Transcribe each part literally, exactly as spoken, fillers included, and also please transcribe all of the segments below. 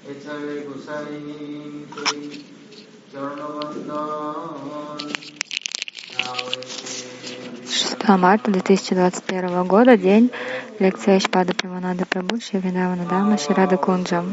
шестого марта две тысячи двадцать первого года, день, лекция Ишпада Премананда Прабhu, Шри Вриндавана Дама, Шри Рада Кунджа.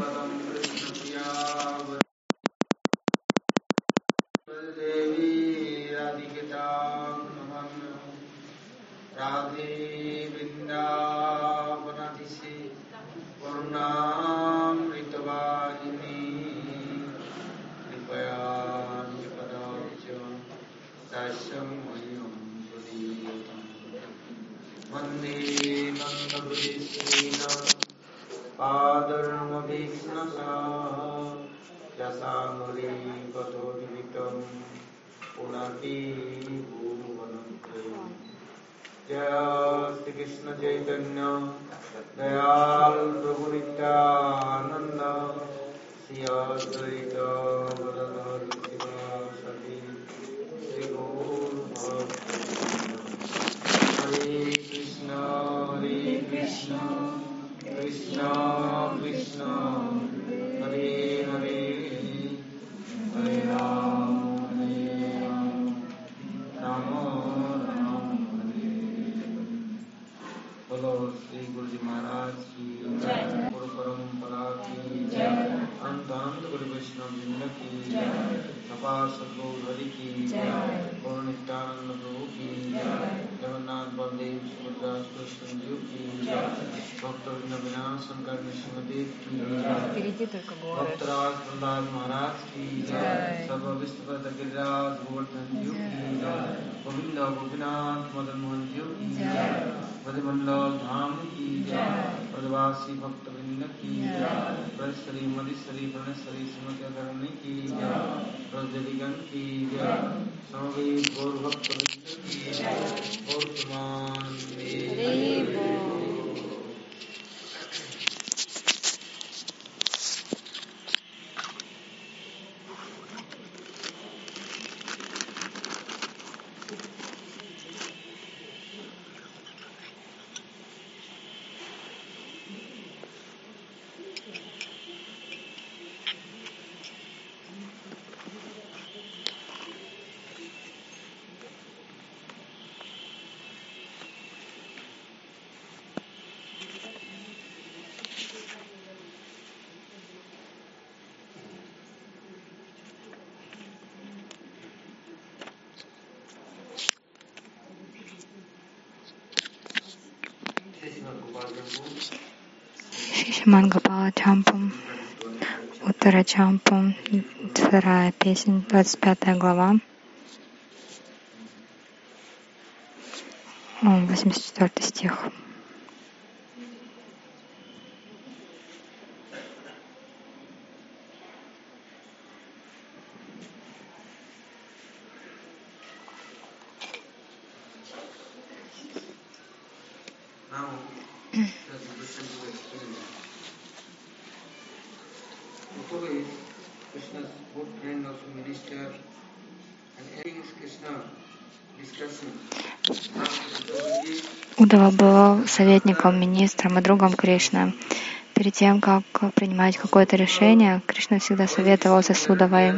Jai Shri Krishna Chaitanya Dayal Prabhu Nityananda Shri Advaita Gadadhar Sivasati Shri Guru Bhakti Hare Krishna Hare Krishna Krishna Krishna Hare Hare Hare Ram Hare Ram Rama बोलो श्री गुरु जी महाराज की जय, गुरु परंपरा की जय, अंत अंत गुरु वैष्णव वृंद की जय, अपार सद्गुरु हरि की जय, गुरु नित्यानंद प्रभु की जय, जगन्नाथ बलदेव सुभद्रा कृष्ण जी की जय, भक्त वृंद विनाशन करने श्रीमदेव की जय, भक्तराज प्रहलाद महाराज की जय, सर्व विश्व गिरिराज गोवर्धन जी की जय, गोविंद गोपीनाथ मदन मोहन जी की जय, ब्रजमंडल धाम की जय, ब्रजवासी भक्त वृंद की जय, ब्रजश्री मधुश्री प्रणश्री श्रीमती अधरणी की जय, ब्रजदिगन की जय, समवेत गौर भक्त वृंद की जय, वर्तमान Шримад Гопала Чампам, Уттара Чампам, вторая песня, двадцать пятая глава, восемьдесят четвёртый стих. Удава был советником, министром и другом Кришны. Перед тем, как принимать какое-то решение, Кришна всегда советовался с Удавой.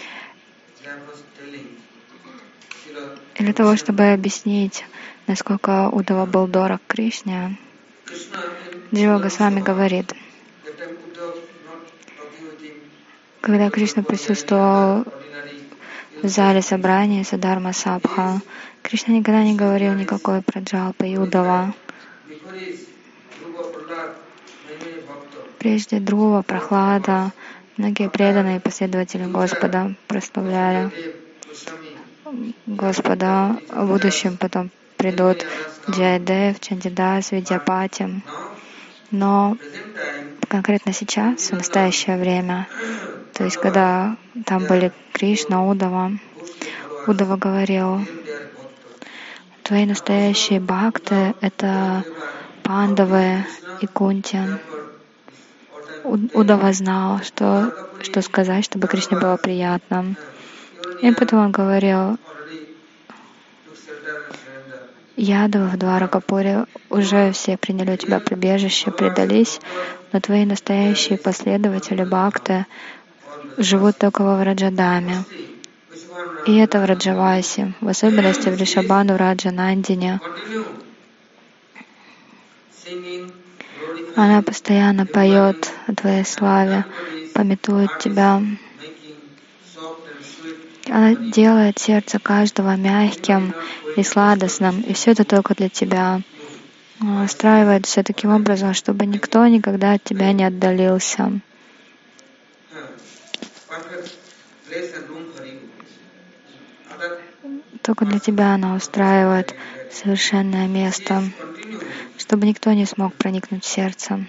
И для того, чтобы объяснить, насколько Удава был дорог Кришне, Джива Госвами говорит, когда Кришна присутствовал в зале собрания Садхарма Сабха, Кришна никогда не говорил никакой про Джалпа и Удава. Прежде Друва, Прахлада, многие преданные последователи Господа прославляли Господа. В будущем потом придут Джайадев, Чандидас, Видьяпати. Но конкретно сейчас, в настоящее время, то есть когда там были Кришна, Удава, Удава говорил, твои настоящие бхакты — это Пандавы и Кунти. Удава знал, что, что сказать, чтобы Кришне было приятно. И потом он говорил, ядовы в Дваракапуре уже все приняли у тебя прибежище, предались, но твои настоящие последователи бхакты живут только во Враджадаме. И это в Раджавасе, в особенности в Ришабану Раджа Нандине. Она постоянно поет о твоей славе, памятует тебя. Она делает сердце каждого мягким и сладостным, и все это только для тебя. Устраивает все таким образом, чтобы никто никогда от тебя не отдалился. Только для тебя она устраивает совершенное место, чтобы никто не смог проникнуть в сердце.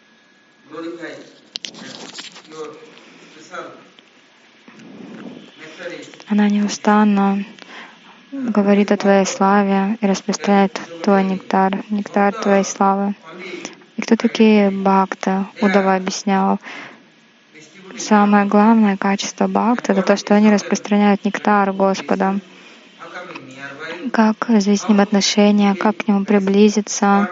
Она неустанно говорит о твоей славе и распространяет твой нектар, нектар твоей славы. И кто такие бхакты? Удава объяснял. Самое главное качество бхакты — это то, что они распространяют нектар Господа. Как развить с ним отношения, как к нему приблизиться,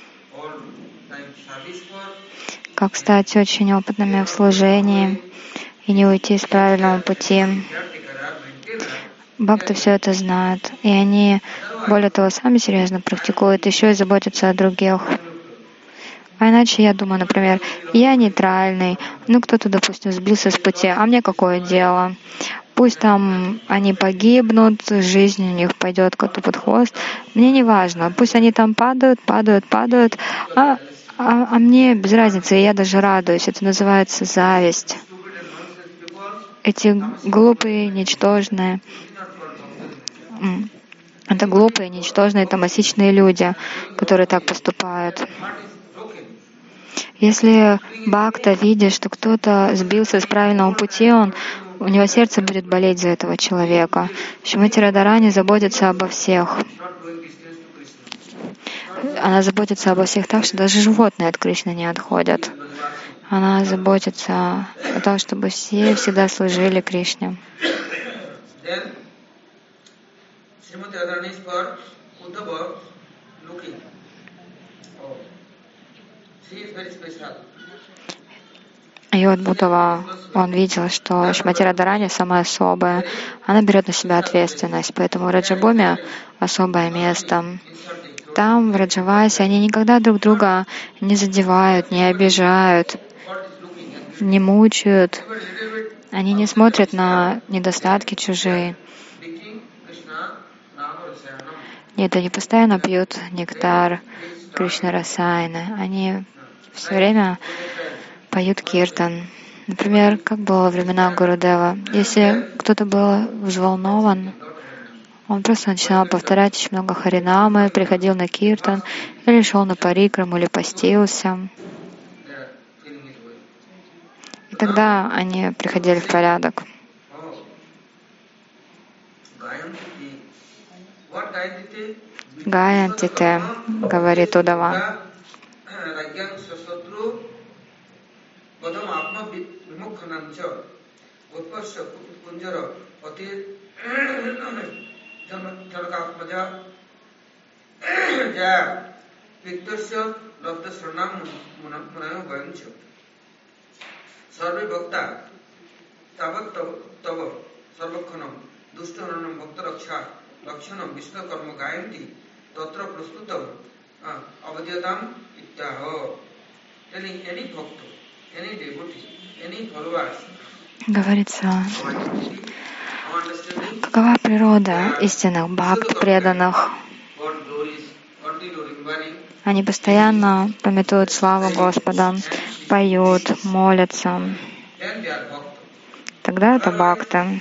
как стать очень опытными в служении и не уйти с правильного пути. Бхакты все это знают, и они, более того, сами серьезно практикуют, еще и заботятся о других. А иначе я думаю, например, я нейтральный, ну кто-то, допустим, сбился с пути, а мне какое дело? Пусть там они погибнут, жизнь у них пойдет коту под хвост, мне не важно, пусть они там падают, падают, падают, а, а, а мне без разницы, и я даже радуюсь, это называется зависть. Эти глупые, ничтожные, это глупые, ничтожные, томасичные люди, которые так поступают. Если бхакта видит, что кто-то сбился с правильного пути, он, у него сердце будет болеть за этого человека. Шримати Радхарани заботится обо всех. Она заботится обо всех так, что даже животные от Кришны не отходят. Она заботится о том, чтобы все всегда служили Кришне. И вот Будава, он видел, что Шримати Радхарани самая особая, она берет на себя ответственность, поэтому в Раджабуме особое место. Там, в Раджавасе, они никогда друг друга не задевают, не обижают, не мучают, они не смотрят на недостатки чужие. Нет, они постоянно пьют нектар Кришна Расаяны, они все время поют киртан. Например, как было во времена Гурудева. Если кто-то был взволнован, он просто начинал повторять очень много харинамы, приходил на киртан, или шел на парикраму, или постился. И тогда они приходили в порядок. Гаянтите, говорит Удава. Sarve bhakta tavat tava sarvakhanam dushtaranam bhakta raksha lakshanam vishnu karma gayanti tatra prastutam avadyatam ityaho. Telling any bhakta, any devotee, any followers. Говорится, какова природа истинных бхакт, преданных. Они постоянно памятуют славу Господа, поют, молятся. Тогда это бхакты.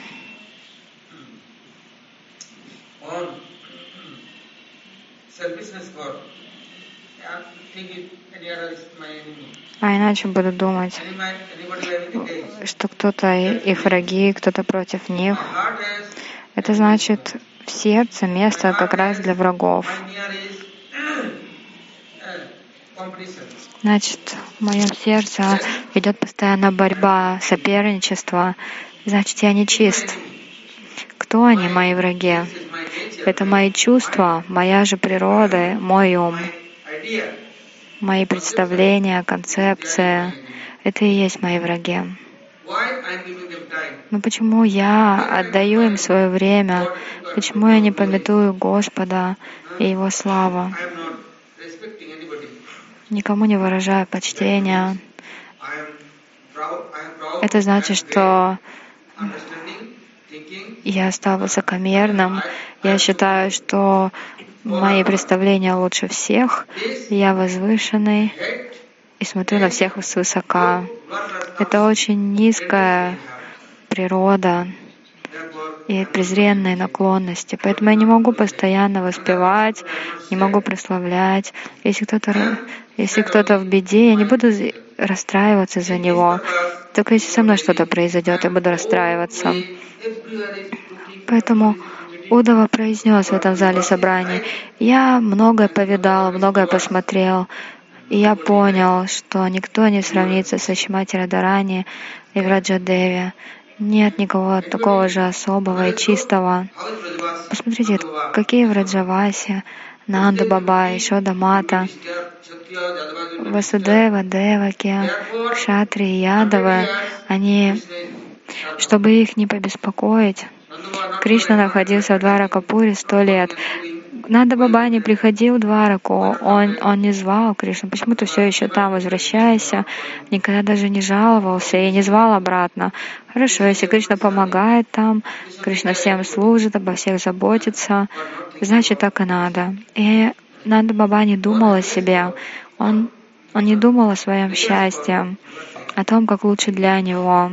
А иначе будут думать, что кто-то их враги, кто-то против них. Это значит, в сердце место как раз для врагов. Значит, в моем сердце идет постоянно борьба, соперничество. Значит, я нечист. Кто они, мои враги? Это мои чувства, моя же природа, мой ум, мои представления, концепция. Это и есть мои враги. Но почему я отдаю им свое время? Почему я не памятую Господа и Его славу? Никому не выражаю почтения. Это значит, что я стал высокомерным. Я считаю, что мои представления лучше всех. Я возвышенный и смотрю на всех свысока. Это очень низкая природа и презренные наклонности. Поэтому я не могу постоянно воспевать, не могу прославлять. Если кто-то, если кто-то в беде, я не буду расстраиваться за него. Только если со мной что-то произойдет, я буду расстраиваться. Поэтому Удава произнес в этом зале собраний: «Я многое повидал, многое посмотрел, и я понял, что никто не сравнится со Шримати Радхарани и Враджадеви. Нет никого такого же особого и чистого». Посмотрите, какие Враджаваси, Нанда Баба, Ишода Мата, Васудева, Деваки, Кшатрии, Ядавы, они, чтобы их не побеспокоить, Кришна находился в Дваракапуре сто лет. Нанда Баба не приходил в Двараку, он, он не звал Кришну. Почему ты все еще там? Возвращайся. Никогда даже не жаловался и не звал обратно. Хорошо, если Кришна помогает там, Кришна всем служит, обо всех заботится, значит, так и надо. И Нанда Баба не думал о себе. Он, он не думал о своем счастье, о том, как лучше для него.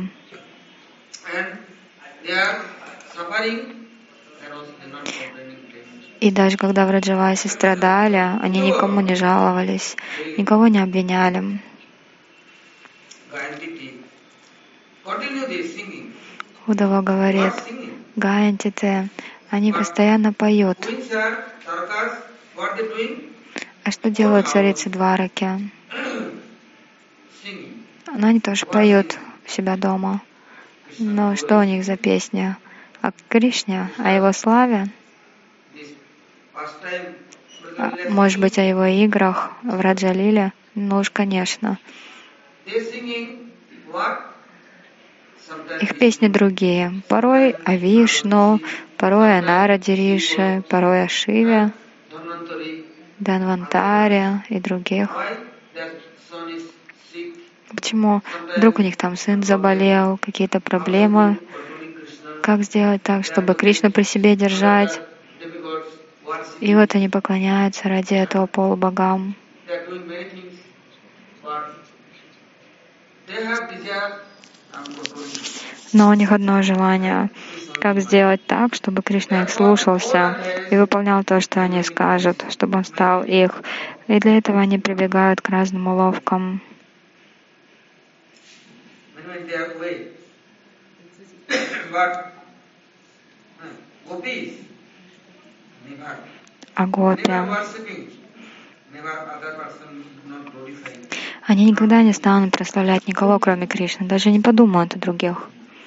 И даже когда Враджаваси страдали, они никому не жаловались, никого не обвиняли. Удава говорит: Гаянтите, они постоянно поют. А что делают царицы Двараки? Но они тоже поют у себя дома. Но что у них за песня? О Кришне, о Его славе? Может быть, о Его играх в Раджалиле? Ну уж, конечно. Их песни другие. Порой о Вишну, порой о Нараде Риши, порой о Шиве, Данвантаре и других. Почему? Вдруг у них там сын заболел, какие-то проблемы. Как сделать так, чтобы Кришну при себе держать? И вот они поклоняются ради этого полубогам. Но у них одно желание: как сделать так, чтобы Кришна их слушался и выполнял то, что они скажут, чтобы он стал их. И для этого они прибегают к разным уловкам. А гопи, они никогда не станут прославлять никого, кроме Кришны, даже не подумают о других.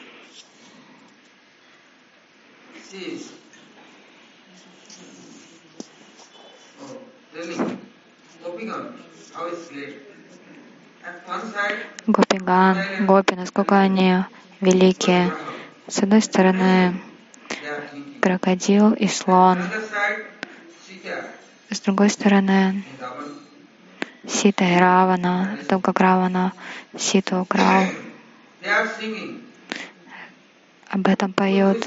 Гопиган, гопи, насколько они великие. С одной стороны, крокодил и слон. С другой стороны, Сита и Равана, о том, как Равана Ситу украл. Об этом поют.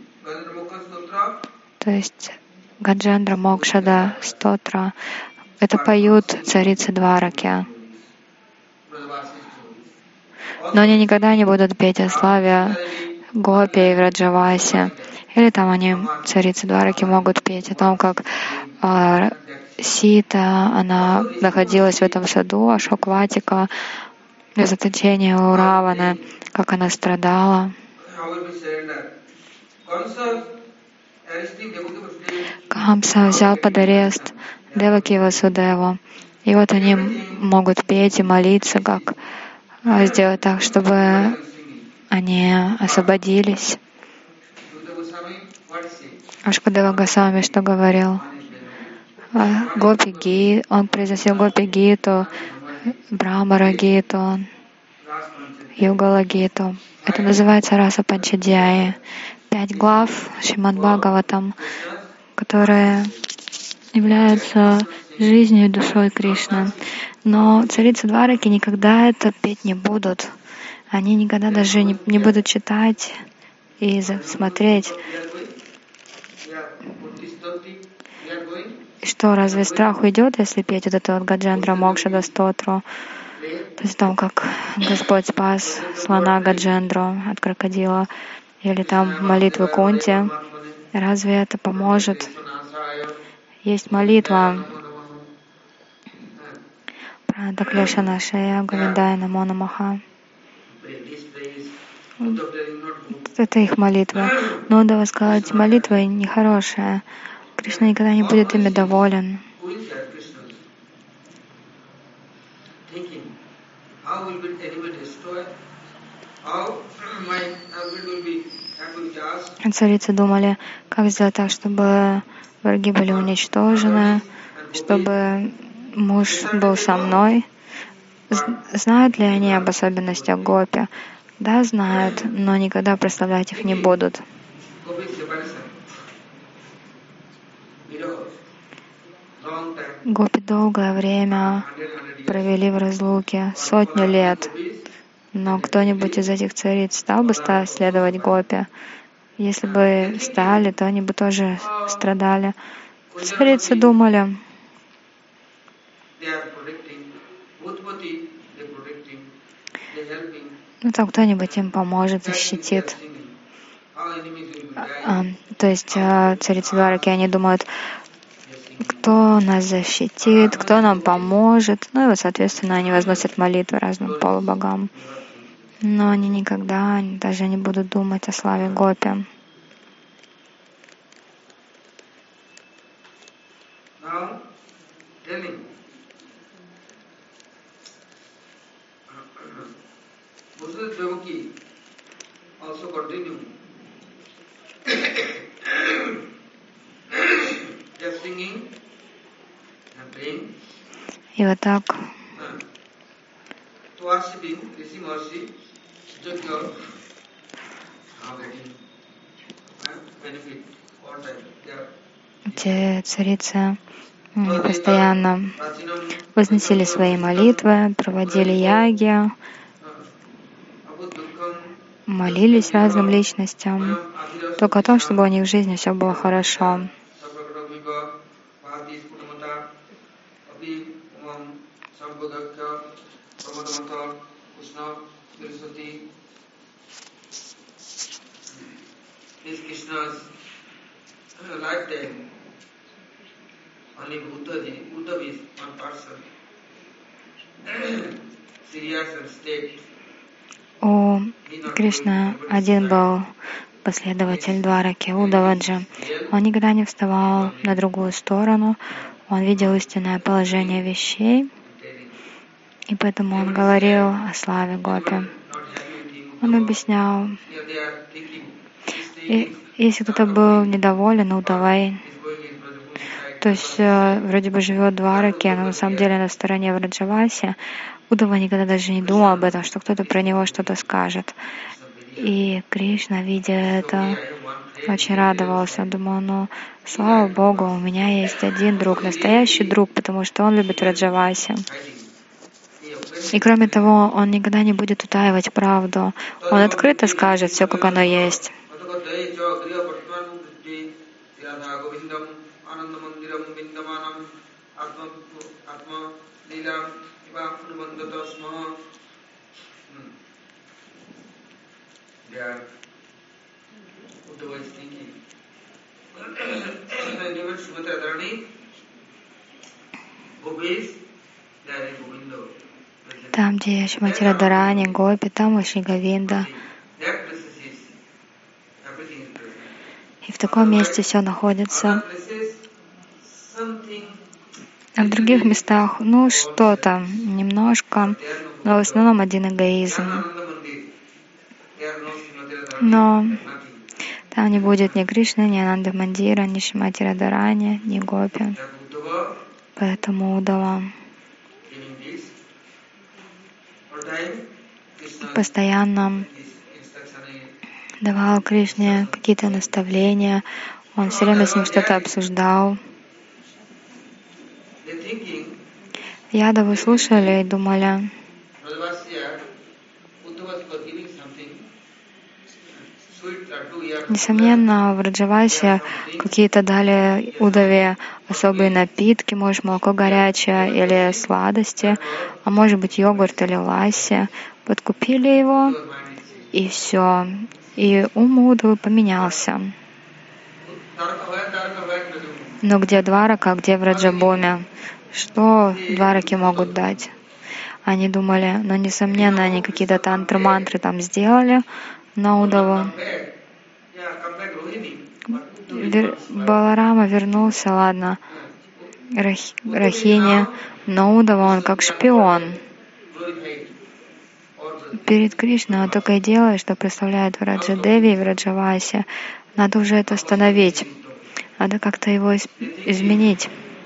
То есть Гаджендра Мокшада Стотра. Это поют царицы Двараки. Но они никогда не будут петь о славе Гопи и Враджаваси. Или там они, царицы Двараки, могут петь о том, как э, Сита, она находилась в этом саду Ашокватика, в заточении у Раваны, как она страдала. Камса взял под арест Деваки и Васудеву. И вот они могут петь и молиться, как сделать так, чтобы они освободились. Ашкадева Госвами что говорил? Гопи Ги, он произносил Гопи Гиту, Брамара Гиту, Югала Гиту. Это называется Раса Панчадьяи. Пять глав Шримад Бхагаватам, которые являются жизнью и душой Кришны. Но царицы Двараки никогда это петь не будут. Они никогда даже не, не будут читать и смотреть. И что, разве страх уйдет, если петь вот эту вот Гаджендра Мокшада Стотру? То есть там, как Господь спас слона Гаджендру от крокодила, или там молитвы Кунти. Разве это поможет? Есть молитва Пранта Клешана Шея Говиндай Намо Намаха. Это их молитва. Но Удава сказать, молитва нехорошая. Кришна никогда не будет ими доволен. Царицы думали, как сделать так, чтобы враги были уничтожены, чтобы муж был со мной. Знают ли они об особенностях гопи? Да, знают, но никогда прославлять их не будут. Гопи долгое время провели в разлуке, сотню лет. Но кто-нибудь из этих цариц стал бы следовать гопи? Если бы стали, то они бы тоже страдали. Царицы думали, ну там кто-нибудь им поможет, защитит. А, то есть царицы Двараки, они думают, кто нас защитит, кто нам поможет. Ну и вот, соответственно, они возносят молитвы разным полубогам. Но они никогда даже не будут думать о славе гопи. И вот так эти царицы постоянно возносили свои молитвы, проводили яги, молились разным личностям, только о том, чтобы у них в жизни все было хорошо. У Кришны один был последователь Двараки, Удаваджа. Он никогда не вставал на другую сторону, он видел истинное положение вещей, и поэтому он говорил о славе гопи. Он объяснял, и если кто-то был недоволен Удавой, то есть вроде бы живет в Двараке, но на самом деле на стороне Враджаваси, Удава никогда даже не думал об этом, что кто-то про него что-то скажет. И Кришна, видя это, очень радовался. Он думал, ну, слава Богу, у меня есть один друг, настоящий друг, потому что он любит Враджаваси. И кроме того, он никогда не будет утаивать правду. Он открыто скажет все, как оно есть. Там, где Шримати Радхарани, Гопи, там и Шри Говинда. И в таком месте все находится. А в других местах, ну, что-то, немножко, но в основном один эгоизм. Но Там не будет ни Кришны, ни Ананда Мандира, ни Шримати Радхарани, ни Гопи. Поэтому Удава постоянно давал Кришне какие-то наставления, он все время с ним что-то обсуждал. Ядавы слушали и думали, несомненно, в Раджавасе какие-то дали Удаве особые напитки, может, молоко горячее или сладости, а может быть, йогурт или ласси. Подкупили его, и все. И ум Удавы поменялся. Но где Дварака, где в Раджабуме? Что Двараки могут дать? Они думали, ну, несомненно, они какие-то тантры-мантры там сделали на Удаву. Вер... Баларама вернулся, ладно, Рах... Рахини, но Удава он как шпион. Перед Кришной он только и делает, что представляет в Раджадеви и в Раджавасе. Надо уже это остановить. Надо как-то его изменить.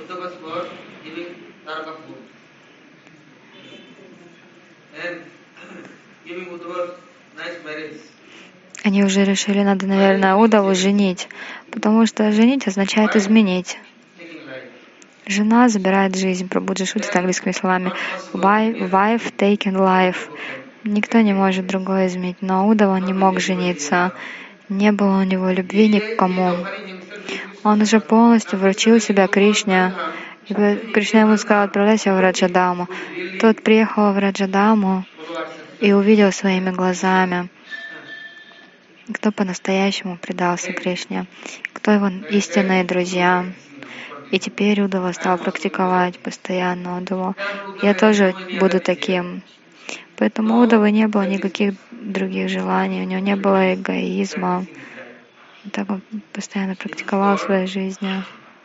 Они уже решили, надо, наверное, Удаву женить, потому что женить означает изменить. Жена забирает жизнь, Прабхуджи шутит английскими словами. Wife taking life. Никто не может другое изменить, но Удава не мог жениться. Не было у него любви ни к кому. Он уже полностью вручил себя Кришне. И Кришна ему сказал, отправляйся в Раджадаму. Тот приехал в Раджадаму и увидел своими глазами, кто по-настоящему предался Кришне, кто его истинные друзья. И теперь Удава стал практиковать постоянно Удаву. Я тоже буду таким. Поэтому у Удавы не было никаких других желаний, у него не было эгоизма. И так он постоянно практиковал в своей жизни.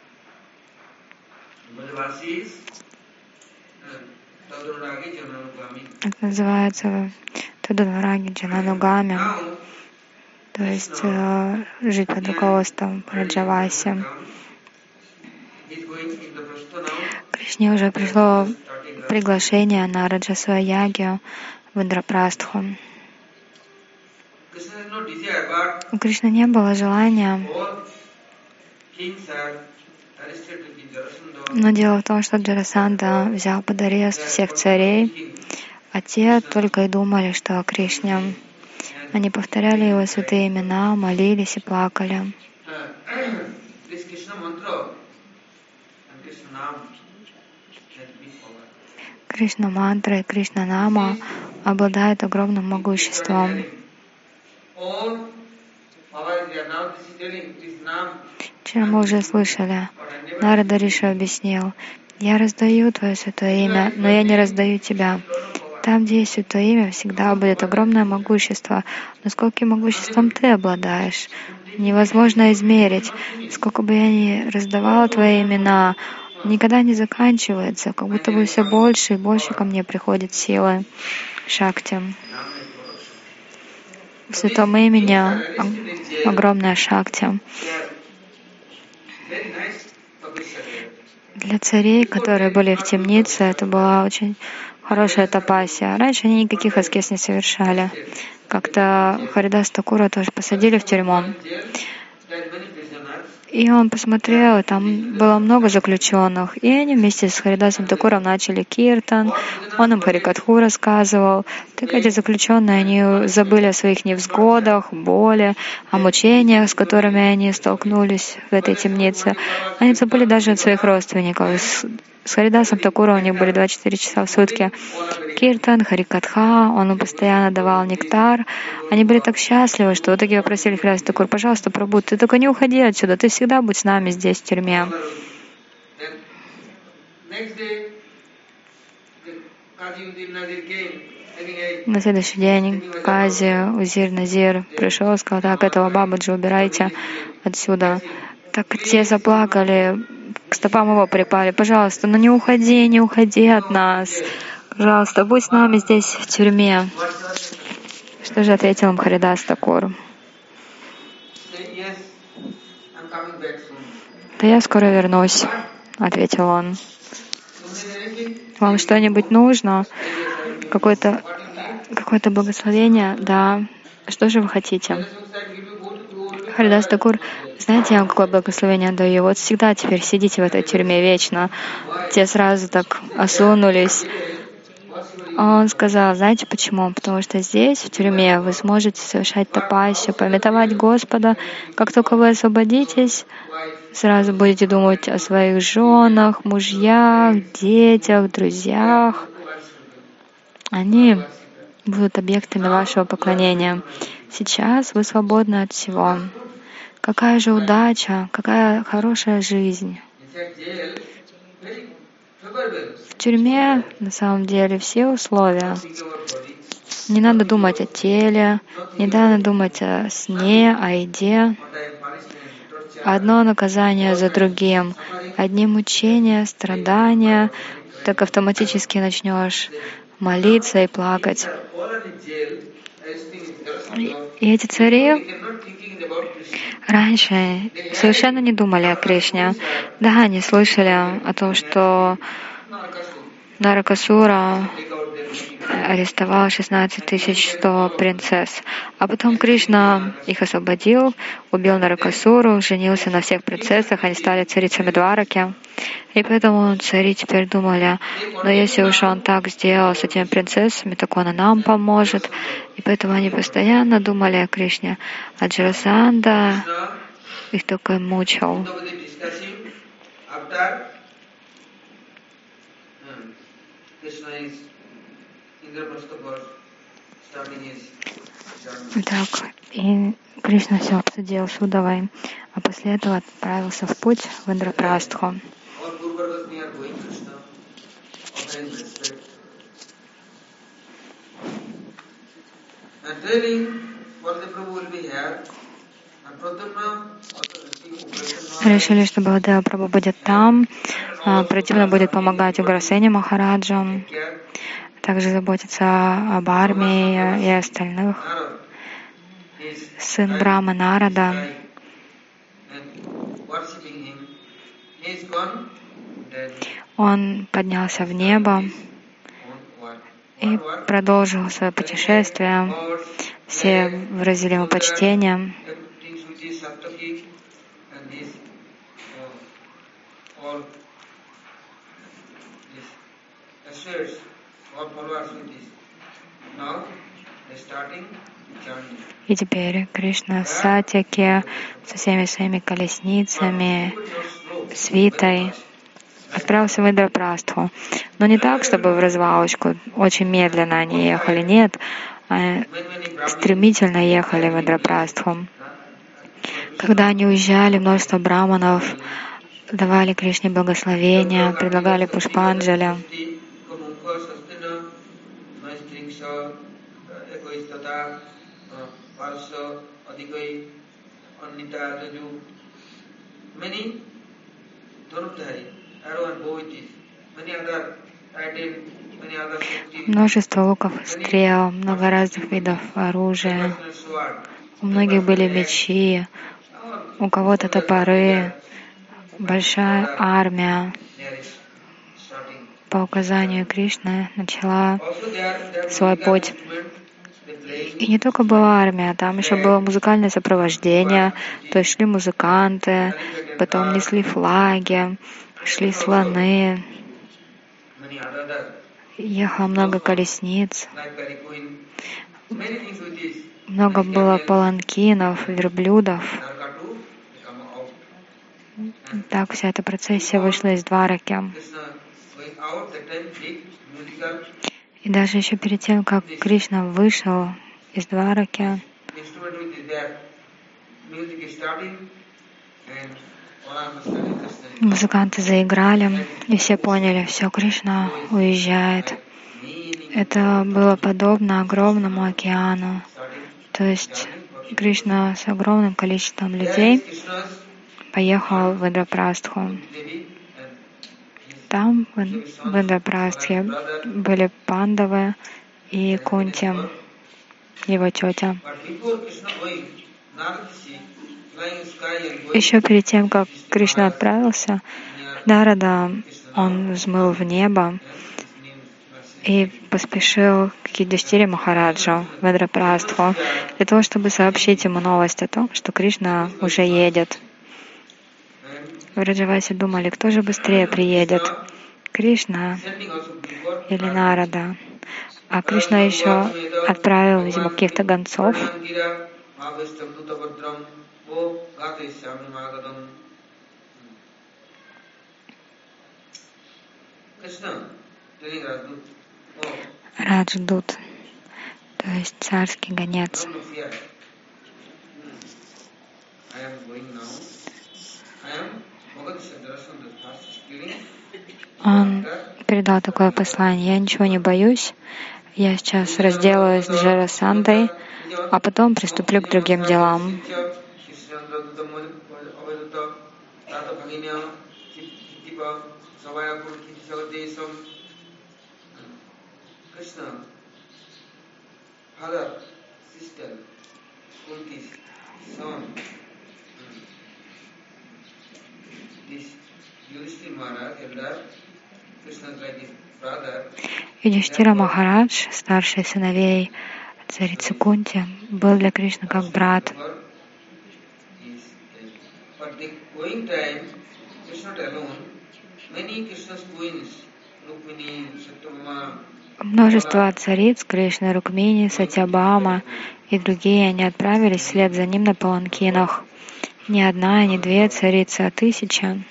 Это называется Тадунвараги Джананугами, то есть э, жить под руководством Раджаваси. Кришне уже пришло приглашение на Раджасвая-ягью в Индрапрастху. У Кришны не было желания, но дело в том, что Джарасандха взял под арест всех царей, а те только и думали, что о Кришне. Они повторяли его святые имена, молились и плакали. Кришна-мантра и Кришна-нама обладают огромным могуществом. Вчера мы уже слышали, Нарада Риши объяснил, я раздаю Твое святое имя, но я не раздаю Тебя. Там, где есть святое имя, всегда будет огромное могущество. Но скольким могуществом Ты обладаешь? Невозможно измерить. Сколько бы я ни раздавала Твои имена, никогда не заканчивается, как будто бы все больше и больше ко мне приходит силы Шакти. В святом имени огромная Шакти. Для царей, которые были в темнице, это была очень хорошая тапасия. Раньше они никаких аскез не совершали. Как-то Харидас Такура тоже посадили в тюрьму. И он посмотрел, и там было много заключенных. И они вместе с Харидасом Такуром начали киртан. Он им Харикатху рассказывал. Так эти заключенные, они забыли о своих невзгодах, боли, о мучениях, с которыми они столкнулись в этой темнице. Они забыли даже от своих родственников. С Харидасом Такуром у них были двадцать четыре часа в сутки киртан, Харикатха, он им постоянно давал нектар. Они были так счастливы, что вот такие попросили Харидас Такур, пожалуйста, Прабху, ты только не уходи отсюда, ты всегда будь с нами здесь, в тюрьме. На следующий день Кази, Узир, Назир пришел, сказал, так, этого Бабаджи убирайте отсюда. Так те заплакали, к стопам его припали. Пожалуйста, ну не уходи, не уходи от нас. Пожалуйста, будь с нами здесь, в тюрьме. Что же ответил им Харидас Такур? «Да я скоро вернусь», — ответил он. «Вам что-нибудь нужно? Какое-то какое-то благословение?» «Да. Что же вы хотите?» «Харидас Такур, знаете, я вам какое благословение даю? Вот всегда теперь сидите в этой тюрьме вечно». Те сразу так осунулись. Он сказал: знаете почему? Потому что здесь, в тюрьме, вы сможете совершать тапасию, памятовать Господа. Как только вы освободитесь, сразу будете думать о своих женах, мужьях, детях, друзьях. Они будут объектами вашего поклонения. Сейчас вы свободны от всего. Какая же удача, какая хорошая жизнь. В тюрьме, на самом деле, все условия. Не надо думать о теле, не надо думать о сне, о еде. Одно наказание за другим, одни мучения, страдания, так автоматически начнешь молиться и плакать. И эти цари раньше совершенно не думали о Кришне. Да, они слышали о том, что Наракасура арестовал шестнадцать тысяч сто принцесс. А потом Кришна их освободил, убил Наракасуру, женился на всех принцессах, они стали царицами Двараки. И поэтому цари теперь думали: но если уж он так сделал с этими принцессами, так он и нам поможет. И поэтому они постоянно думали о Кришне. А Джарасанда их только мучил. Так, и Кришна все обсудил с Удавой, а после этого отправился в путь в Индрапрастху. Решили, что Баладева Прабху будет там, Прадьюмна будет помогать Уграсене Махараджу, также заботиться об армии и остальных. Сын Брахмы Нарада он поднялся в небо и продолжил свое путешествие. Все выразили ему почтение. И теперь Кришна в Сатьяке со всеми своими колесницами, свитой отправился в Индрапрастху. Но не так, чтобы в развалочку, очень медленно они ехали, нет, а стремительно ехали в Индрапрастху. Когда они уезжали, множество браманов давали Кришне благословения, предлагали пушпанджали. Множество луков и стрел, много разных видов оружия. У многих были мечи, у кого-то топоры, большая армия. По указанию Кришны начала свой путь. И не только была армия, там еще было музыкальное сопровождение, то есть шли музыканты, потом несли флаги, шли слоны, ехало много колесниц, много было паланкинов, верблюдов. Так вся эта процессия вышла из Двараки. И даже еще перед тем, как Кришна вышел из Двараки, музыканты заиграли, и все поняли, все, Кришна уезжает. Это было подобно огромному океану. То есть Кришна с огромным количеством людей поехал в Индрапрастху. Там, в Индрапрастхе, были Пандавы и Кунти, его тетя. Еще перед тем, как Кришна отправился, Нарада, он взмыл в небо и поспешил к Юдхиштире Махараджу в Индрапрастху для того, чтобы сообщить ему новость о том, что Кришна уже едет. Враджаваси думали, кто же быстрее приедет, Кришна или Нарада. А Кришна еще отправил, видимо, каких-то гонцов. Радждут, то есть царский гонец. Он передал такое послание: я ничего не боюсь, я сейчас разделаюсь с Джарасандой, а потом приступлю к другим делам. Юдхиштира Махарадж, старший сыновей царицы Кунти, был для Кришны как брат. Множество цариц Кришны, Рукмини, Сатьябхама и другие, они отправились вслед за ним на паланкинах. Не одна, не две царицы, а тысяча.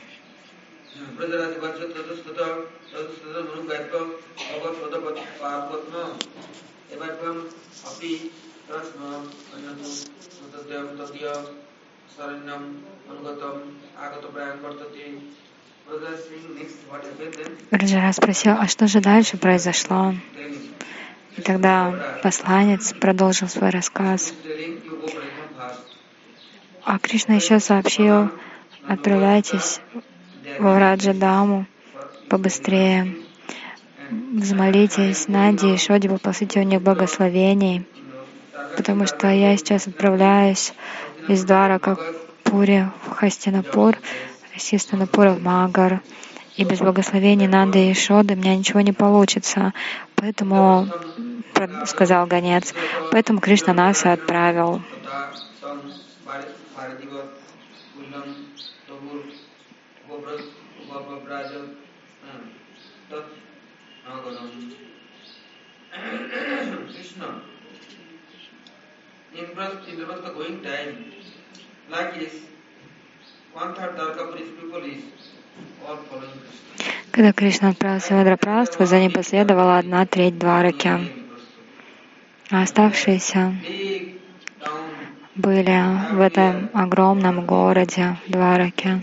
Раджара спросил, а что же дальше произошло? И тогда посланец продолжил свой рассказ. А Кришна еще сообщил, отправляйтесь в Раджадаму побыстрее, взмолитесь Нанди и Шоде, попросите у них благословений, потому что я сейчас отправляюсь из Дваракапури в Хастинапур, из Хастинапура в Магар, и без благословений Нанды и Шоды у меня ничего не получится. Поэтому, сказал гонец, поэтому Кришна нас и отправил. Когда Кришна отправился в Индрапрастху, за ним последовала одна треть Двараки, а оставшиеся были в этом огромном городе Двараке.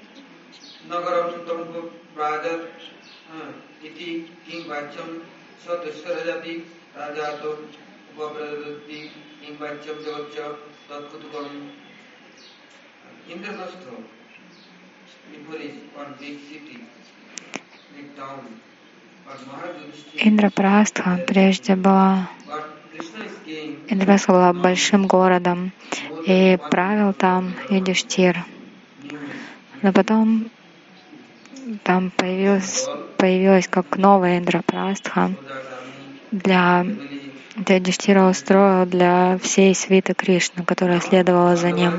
Индрапрастха прежде была, Индрапрастха была большим городом, и правил там Юдхиштир. Но потом там появилась, появилась как новая Индрапрастха. Для, для Юдхиштира устроил для всей свиты Кришны, которая следовала за ним.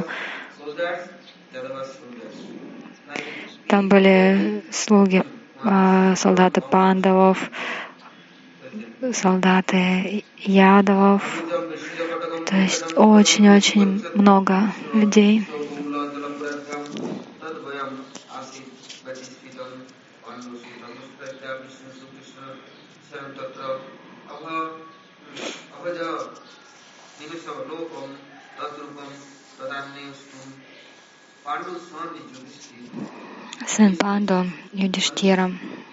Там были слуги, солдаты Пандавов, солдаты Ядавов, то есть очень-очень много людей. Сын Панду, Юдхиштира.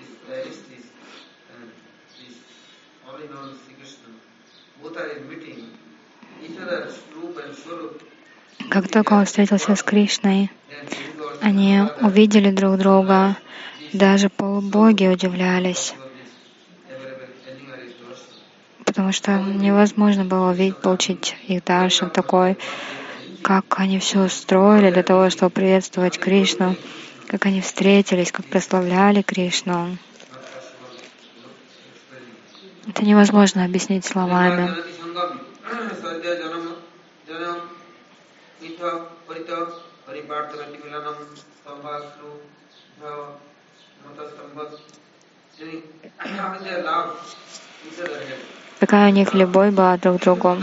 Как только он встретился с Кришной, они увидели друг друга, даже полубоги удивлялись, потому что невозможно было увидеть, получить их даршан такой как они все устроили для того, чтобы приветствовать Кришну, как они встретились, как прославляли Кришну. Это невозможно объяснить словами. Какая у них любовь была друг к другу.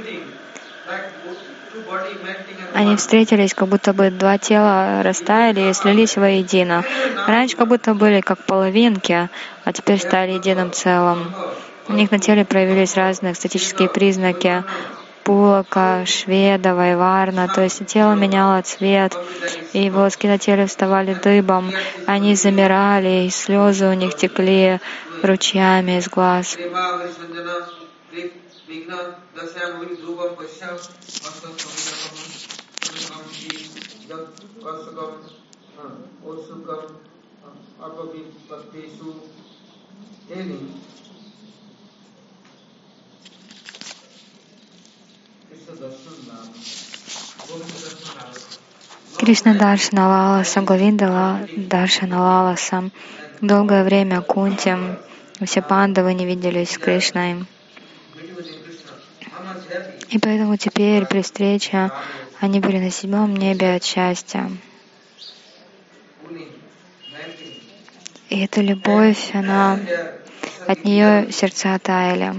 Они встретились, как будто бы два тела растаяли и слились воедино. Раньше как будто были как половинки, а теперь стали единым целым. У них на теле проявились разные экстатические признаки. Пулака, Шведа, Вайварна, то есть тело меняло цвет, и волоски на теле вставали дыбом, они замирали, и слезы у них текли ручьями из глаз. Кришна Даршана Лаласа, Говинда Даршана Лаласа. Долгое время Кунти, все пандавы не виделись с Кришной. И поэтому теперь при встрече они были на седьмом небе от счастья. И эта любовь, она, от нее сердца таяли.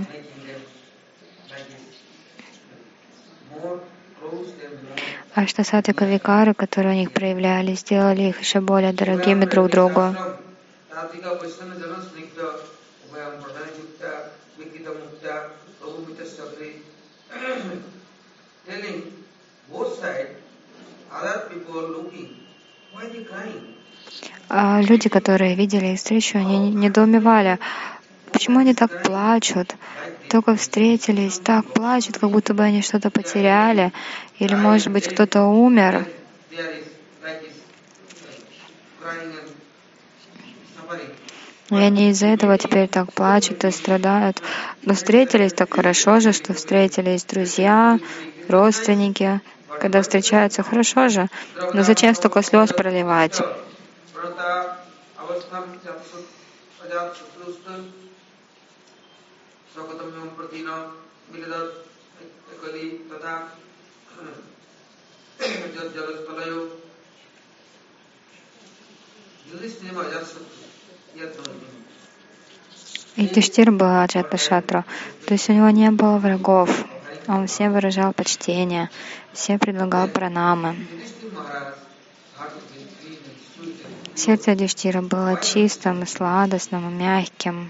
А что сатвика викары, которые у них проявлялись, сделали их еще более дорогими друг другу. А люди, которые видели их встречу, они недоумевали, почему они так плачут, только встретились, так плачут, как будто бы они что-то потеряли, или, может быть, кто-то умер. И они из-за этого теперь так плачут и страдают. Но встретились так хорошо же, что встретились друзья, родственники. Когда встречаются, хорошо же. Но зачем столько слез проливать? И Юдхиштира был Аджаташатра, то есть у него не было врагов. Он всем выражал почтение, всем предлагал пранамы. Сердце Юдхиштира было чистым, и сладостным, и мягким.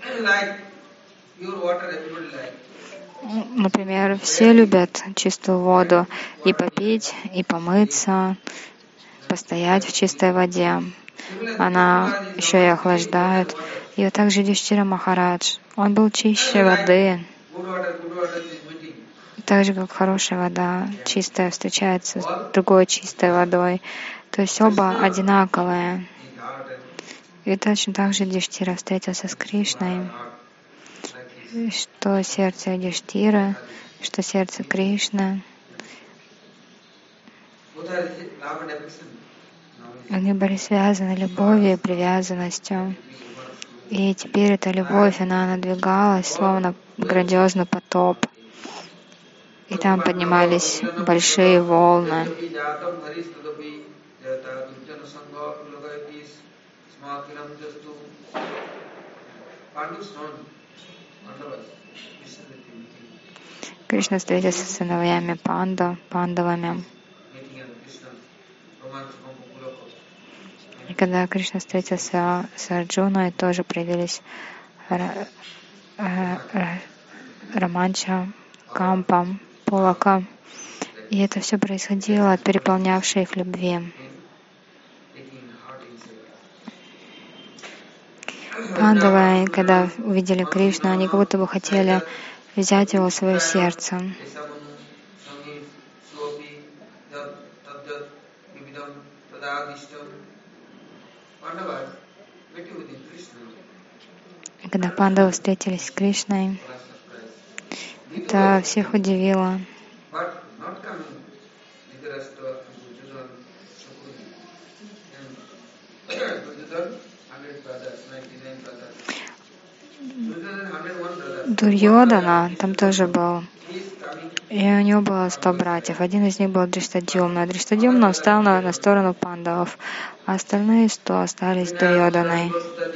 Например, все любят чистую воду и попить, и помыться, постоять в чистой воде. Она еще и охлаждает. И вот также Юдхиштира Махарадж, он был чище воды. Так же, как хорошая вода, чистая, встречается с другой чистой водой. То есть оба одинаковые. И точно так же Юдхиштира встретился с Кришной. Что сердце Юдхиштира, что сердце Кришны. Они были связаны любовью и привязанностью. И теперь эта любовь, она надвигалась, словно грандиозный потоп. И там поднимались большие волны. Кришна встретился с сыновьями панда, пандавами. И когда Кришна встретился с Арджуной, тоже проявились Романча, Кампа, Пулака. И это все происходило от переполнявшей их любви. Пандавы, когда увидели Кришну, они как будто бы хотели взять его в свое сердце. И когда пандавы встретились с Кришной, это всех удивило. Дурьодана там тоже был. И у него было сто братьев. Один из них был Дриштадьюмна. Дриштадьюмна встал на, на сторону пандавов, а остальные сто остались Дурьоданой.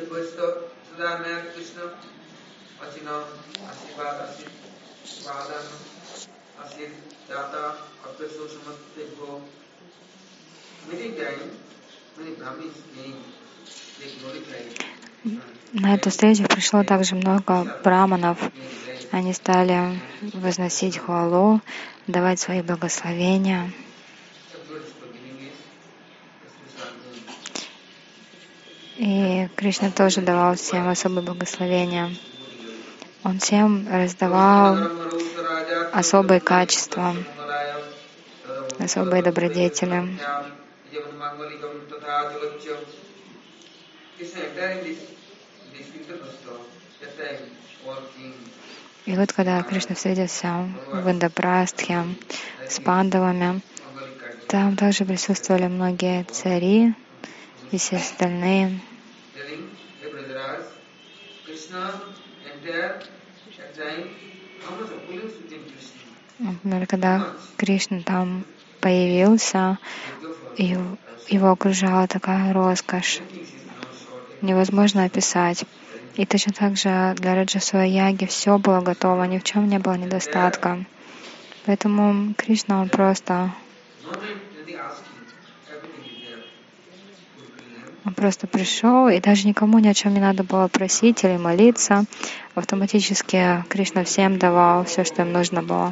На эту встречу пришло также много браманов. Они стали возносить хвалу, давать свои благословения. И Кришна тоже давал всем особые благословения. Он всем раздавал особые качества, особые добродетели. И вот когда Кришна встретился в Индапрастхе с пандавами, там также присутствовали многие цари и все остальные. Например, когда Кришна там появился, его окружала такая роскошь, невозможно описать. И точно так же для Раджасоя яги все было готово, ни в чем не было недостатка. Поэтому Кришна, он просто, он просто пришел, и даже никому ни о чем не надо было просить или молиться. Автоматически Кришна всем давал все, что им нужно было.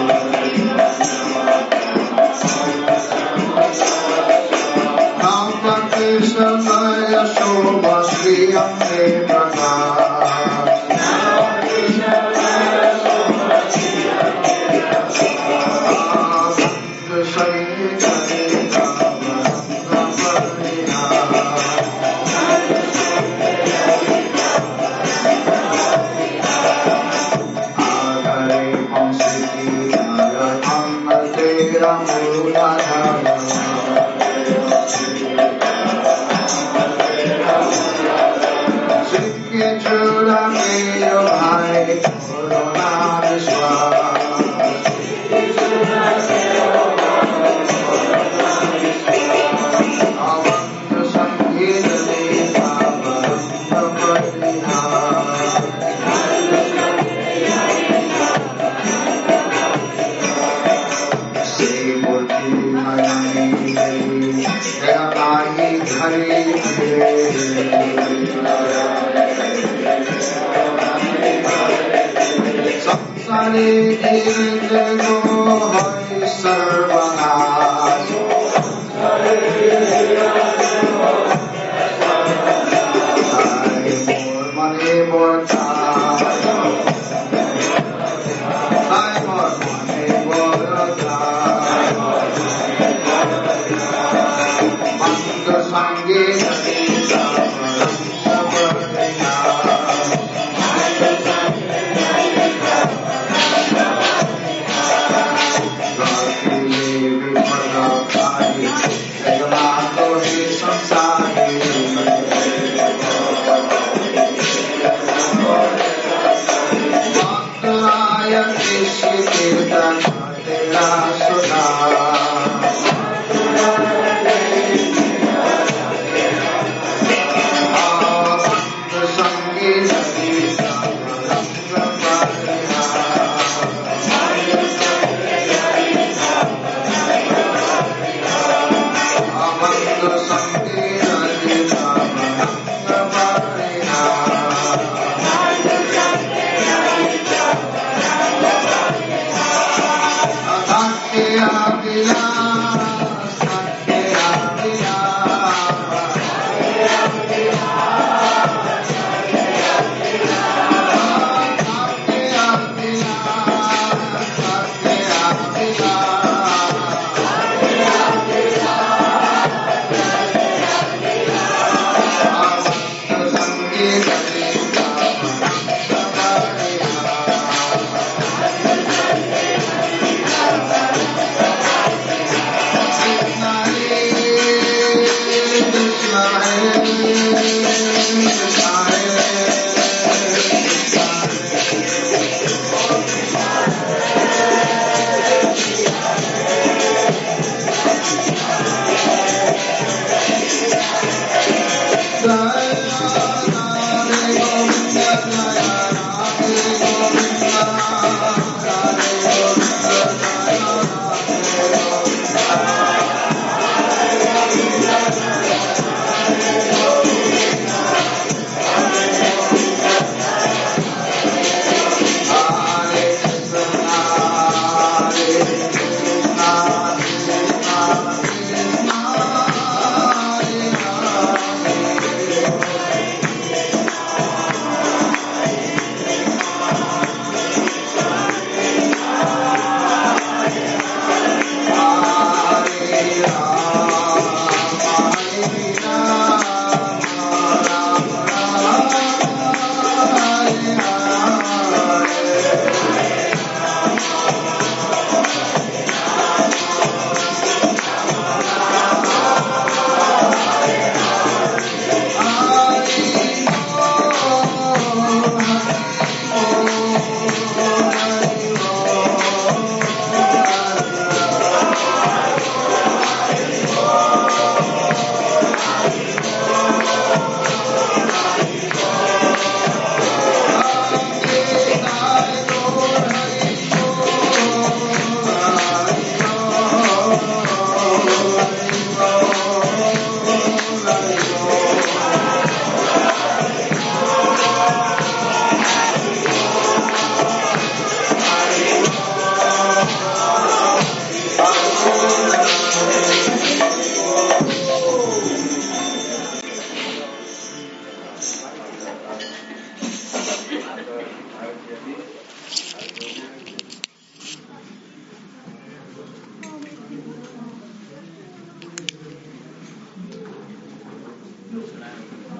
Now Thank you.